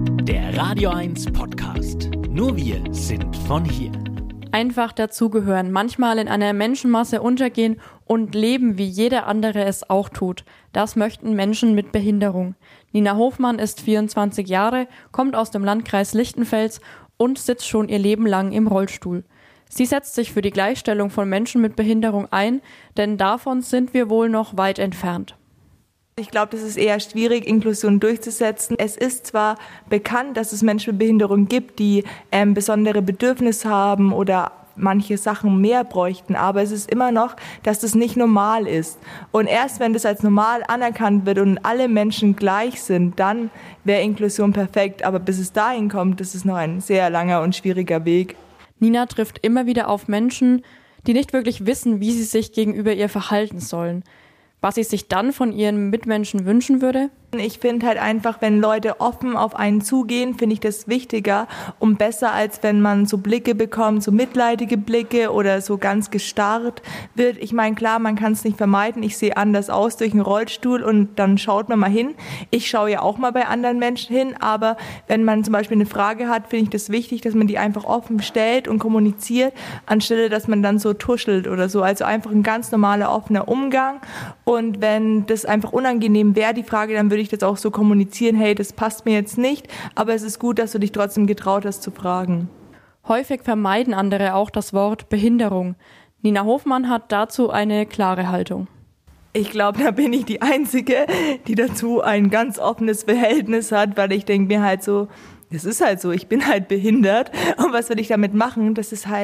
Der Radio 1 Podcast. Nur wir sind von hier. Einfach dazugehören, manchmal in einer Menschenmasse untergehen und leben, wie jeder andere es auch tut. Das möchten Menschen mit Behinderung. Nina Hofmann ist 24 Jahre, kommt aus dem Landkreis Lichtenfels und sitzt schon ihr Leben lang im Rollstuhl. Sie setzt sich für die Gleichstellung von Menschen mit Behinderung ein, denn davon sind wir wohl noch weit entfernt. Ich glaube, das ist eher schwierig, Inklusion durchzusetzen. Es ist zwar bekannt, dass es Menschen mit Behinderung gibt, die besondere Bedürfnisse haben oder manche Sachen mehr bräuchten, aber es ist immer noch, dass das nicht normal ist. Und erst wenn das als normal anerkannt wird und alle Menschen gleich sind, dann wäre Inklusion perfekt. Aber bis es dahin kommt, das ist noch ein sehr langer und schwieriger Weg. Nina trifft immer wieder auf Menschen, die nicht wirklich wissen, wie sie sich gegenüber ihr verhalten sollen. Was sie sich dann von ihren Mitmenschen wünschen würde? Ich finde halt einfach, wenn Leute offen auf einen zugehen, finde ich das wichtiger und besser, als wenn man so Blicke bekommt, so mitleidige Blicke oder so ganz gestarrt wird. Ich meine, klar, man kann es nicht vermeiden. Ich sehe anders aus durch einen Rollstuhl und dann schaut man mal hin. Ich schaue ja auch mal bei anderen Menschen hin, aber wenn man zum Beispiel eine Frage hat, finde ich das wichtig, dass man die einfach offen stellt und kommuniziert, anstelle, dass man dann so tuschelt oder so. Also einfach ein ganz normaler, offener Umgang. Und wenn das einfach unangenehm wäre, die Frage, dann würde ich das auch so kommunizieren, hey, das passt mir jetzt nicht, aber es ist gut, dass du dich trotzdem getraut hast zu fragen. Häufig vermeiden andere auch das Wort Behinderung. Nina Hofmann hat dazu eine klare Haltung. Ich glaube, da bin ich die Einzige, die dazu ein ganz offenes Verhältnis hat, weil ich denke mir halt so, das ist halt so, ich bin halt behindert und was will ich damit machen? Das ist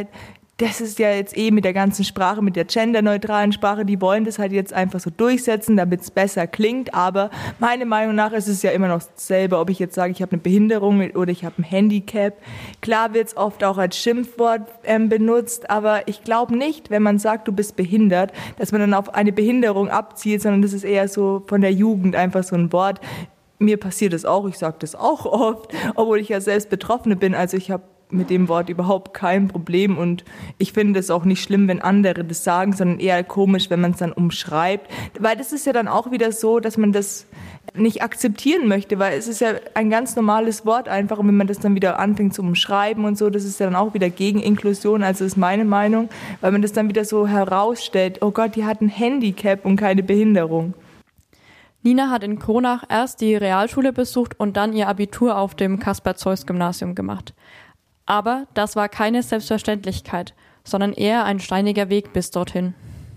ja jetzt mit der ganzen Sprache, mit der genderneutralen Sprache, die wollen das halt jetzt einfach so durchsetzen, damit es besser klingt, aber meiner Meinung nach ist es ja immer noch dasselbe, ob ich jetzt sage, ich habe eine Behinderung oder ich habe ein Handicap. Klar wird es oft auch als Schimpfwort benutzt, aber ich glaube nicht, wenn man sagt, du bist behindert, dass man dann auf eine Behinderung abzielt, sondern das ist eher so von der Jugend einfach so ein Wort. Mir passiert das auch, ich sage das auch oft, obwohl ich ja selbst Betroffene bin, also ich habe mit dem Wort überhaupt kein Problem und ich finde es auch nicht schlimm, wenn andere das sagen, sondern eher komisch, wenn man es dann umschreibt, weil das ist ja dann auch wieder so, dass man das nicht akzeptieren möchte, weil es ist ja ein ganz normales Wort einfach und wenn man das dann wieder anfängt zu umschreiben und so, das ist ja dann auch wieder gegen Inklusion, also ist meine Meinung, weil man das dann wieder so herausstellt, oh Gott, die hat ein Handicap und keine Behinderung. Nina hat in Kronach erst die Realschule besucht und dann ihr Abitur auf dem Caspar-Zeus-Gymnasium gemacht. Aber das war keine Selbstverständlichkeit, sondern eher ein steiniger Weg bis dorthin.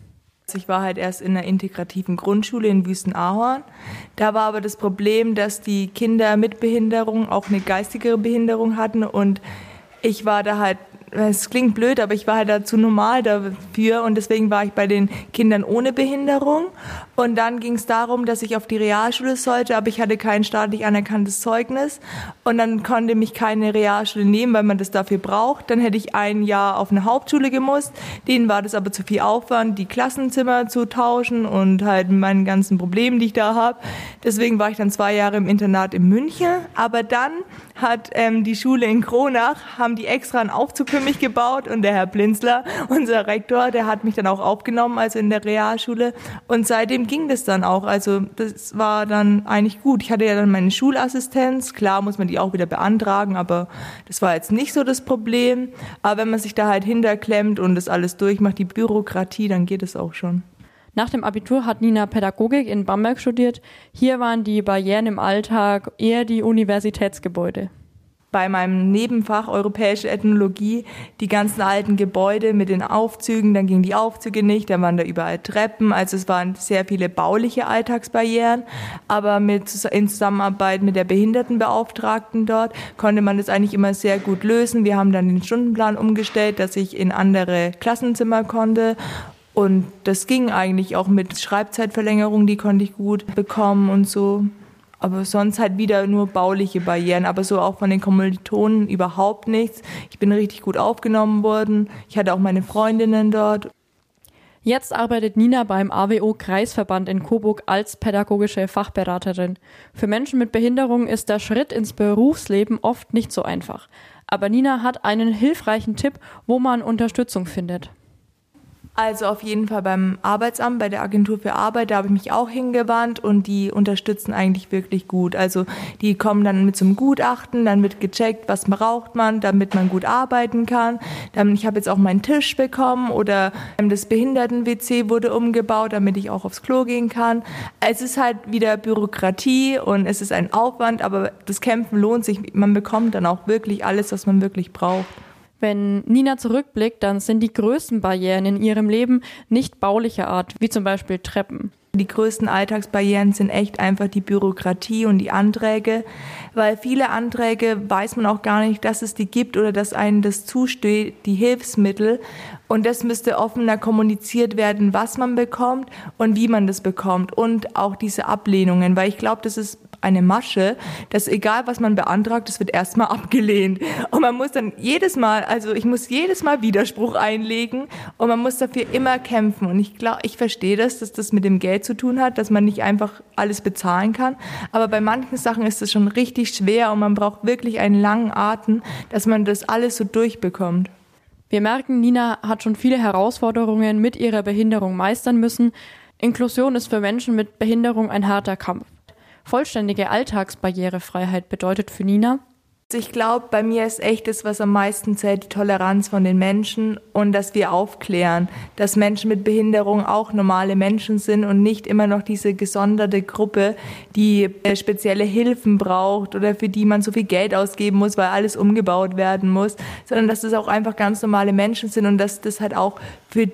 Ich war halt erst in einer integrativen Grundschule in Wüsten-Ahorn. Da war aber das Problem, dass die Kinder mit Behinderung auch eine geistigere Behinderung hatten und ich war da halt, es klingt blöd, aber ich war halt da zu normal dafür und deswegen war ich bei den Kindern ohne Behinderung. Und dann ging es darum, dass ich auf die Realschule sollte, aber ich hatte kein staatlich anerkanntes Zeugnis und dann konnte mich keine Realschule nehmen, weil man das dafür braucht. Dann hätte ich ein Jahr auf eine Hauptschule gemusst, denen war das aber zu viel Aufwand, die Klassenzimmer zu tauschen und halt mit meinen ganzen Problemen, die ich da habe. Deswegen war ich dann 2 Jahre im Internat in München, aber dann hat die Schule in Kronach, haben die extra einen Aufzug für mich gebaut und der Herr Blinzler, unser Rektor, der hat mich dann auch aufgenommen, also in der Realschule und seitdem ging das dann auch, also das war dann eigentlich gut. Ich hatte ja dann meine Schulassistenz, klar muss man die auch wieder beantragen, aber das war jetzt nicht so das Problem, aber wenn man sich da halt hinterklemmt und das alles durchmacht, die Bürokratie, dann geht es auch schon. Nach dem Abitur hat Nina Pädagogik in Bamberg studiert. Hier waren die Barrieren im Alltag eher die Universitätsgebäude. Bei meinem Nebenfach Europäische Ethnologie die ganzen alten Gebäude mit den Aufzügen, dann gingen die Aufzüge nicht, dann waren da überall Treppen, also es waren sehr viele bauliche Alltagsbarrieren, aber in Zusammenarbeit mit der Behindertenbeauftragten dort konnte man das eigentlich immer sehr gut lösen. Wir haben dann den Stundenplan umgestellt, dass ich in andere Klassenzimmer konnte. Und das ging eigentlich auch mit Schreibzeitverlängerung, die konnte ich gut bekommen und so. Aber sonst halt wieder nur bauliche Barrieren, aber so auch von den Kommilitonen überhaupt nichts. Ich bin richtig gut aufgenommen worden. Ich hatte auch meine Freundinnen dort. Jetzt arbeitet Nina beim AWO-Kreisverband in Coburg als pädagogische Fachberaterin. Für Menschen mit Behinderung ist der Schritt ins Berufsleben oft nicht so einfach. Aber Nina hat einen hilfreichen Tipp, wo man Unterstützung findet. Also auf jeden Fall beim Arbeitsamt, bei der Agentur für Arbeit, da habe ich mich auch hingewandt und die unterstützen eigentlich wirklich gut. Also die kommen dann mit so einem Gutachten, dann wird gecheckt, was braucht man, damit man gut arbeiten kann. Ich habe jetzt auch meinen Tisch bekommen oder das Behinderten-WC wurde umgebaut, damit ich auch aufs Klo gehen kann. Es ist halt wieder Bürokratie und es ist ein Aufwand, aber das Kämpfen lohnt sich. Man bekommt dann auch wirklich alles, was man wirklich braucht. Wenn Nina zurückblickt, dann sind die größten Barrieren in ihrem Leben nicht baulicher Art, wie zum Beispiel Treppen. Die größten Alltagsbarrieren sind echt einfach die Bürokratie und die Anträge, weil viele Anträge weiß man auch gar nicht, dass es die gibt oder dass einem das zusteht, die Hilfsmittel. Und das müsste offener kommuniziert werden, was man bekommt und wie man das bekommt und auch diese Ablehnungen, weil ich glaube, das ist eine Masche, dass egal, was man beantragt, das wird erstmal abgelehnt. Und man muss dann ich muss jedes Mal Widerspruch einlegen und man muss dafür immer kämpfen. Und ich verstehe dass das mit dem Geld zu tun hat, dass man nicht einfach alles bezahlen kann. Aber bei manchen Sachen ist es schon richtig schwer und man braucht wirklich einen langen Atem, dass man das alles so durchbekommt. Wir merken, Nina hat schon viele Herausforderungen mit ihrer Behinderung meistern müssen. Inklusion ist für Menschen mit Behinderung ein harter Kampf. Vollständige Alltagsbarrierefreiheit bedeutet für Nina: Ich glaube, bei mir ist echt das, was am meisten zählt, die Toleranz von den Menschen und dass wir aufklären, dass Menschen mit Behinderung auch normale Menschen sind und nicht immer noch diese gesonderte Gruppe, die spezielle Hilfen braucht oder für die man so viel Geld ausgeben muss, weil alles umgebaut werden muss, sondern dass das auch einfach ganz normale Menschen sind und dass das halt auch für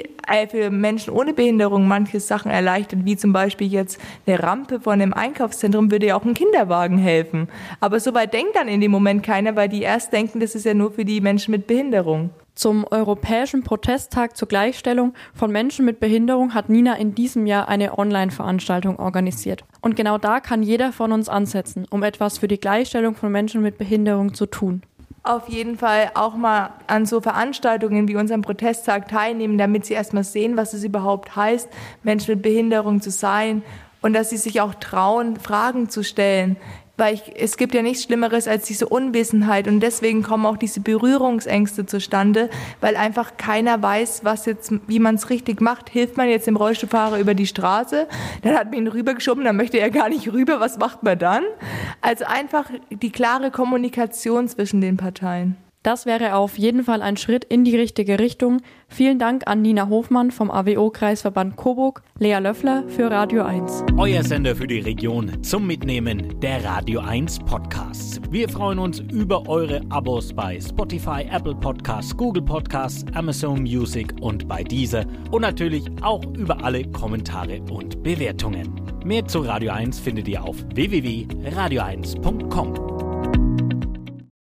Menschen ohne Behinderung manche Sachen erleichtert, wie zum Beispiel jetzt eine Rampe von einem Einkaufszentrum würde ja auch ein Kinderwagen helfen. Aber so weit denkt dann in dem Moment keiner, weil die erst denken, das ist ja nur für die Menschen mit Behinderung. Zum Europäischen Protesttag zur Gleichstellung von Menschen mit Behinderung hat Nina in diesem Jahr eine Online-Veranstaltung organisiert. Und genau da kann jeder von uns ansetzen, um etwas für die Gleichstellung von Menschen mit Behinderung zu tun. Auf jeden Fall auch mal an so Veranstaltungen wie unserem Protesttag teilnehmen, damit sie erstmal sehen, was es überhaupt heißt, Menschen mit Behinderung zu sein und dass sie sich auch trauen, Fragen zu stellen. Weil es gibt ja nichts Schlimmeres als diese Unwissenheit und deswegen kommen auch diese Berührungsängste zustande, weil einfach keiner weiß, wie man es richtig macht. Hilft man jetzt dem Rollstuhlfahrer über die Straße, dann hat man ihn rübergeschoben, dann möchte er gar nicht rüber, was macht man dann? Also einfach die klare Kommunikation zwischen den Parteien. Das wäre auf jeden Fall ein Schritt in die richtige Richtung. Vielen Dank an Nina Hofmann vom AWO-Kreisverband Coburg, Lea Löffler für Radio 1. Euer Sender für die Region zum Mitnehmen der Radio 1 Podcasts. Wir freuen uns über eure Abos bei Spotify, Apple Podcasts, Google Podcasts, Amazon Music und bei Deezer und natürlich auch über alle Kommentare und Bewertungen. Mehr zu Radio 1 findet ihr auf www.radio1.com.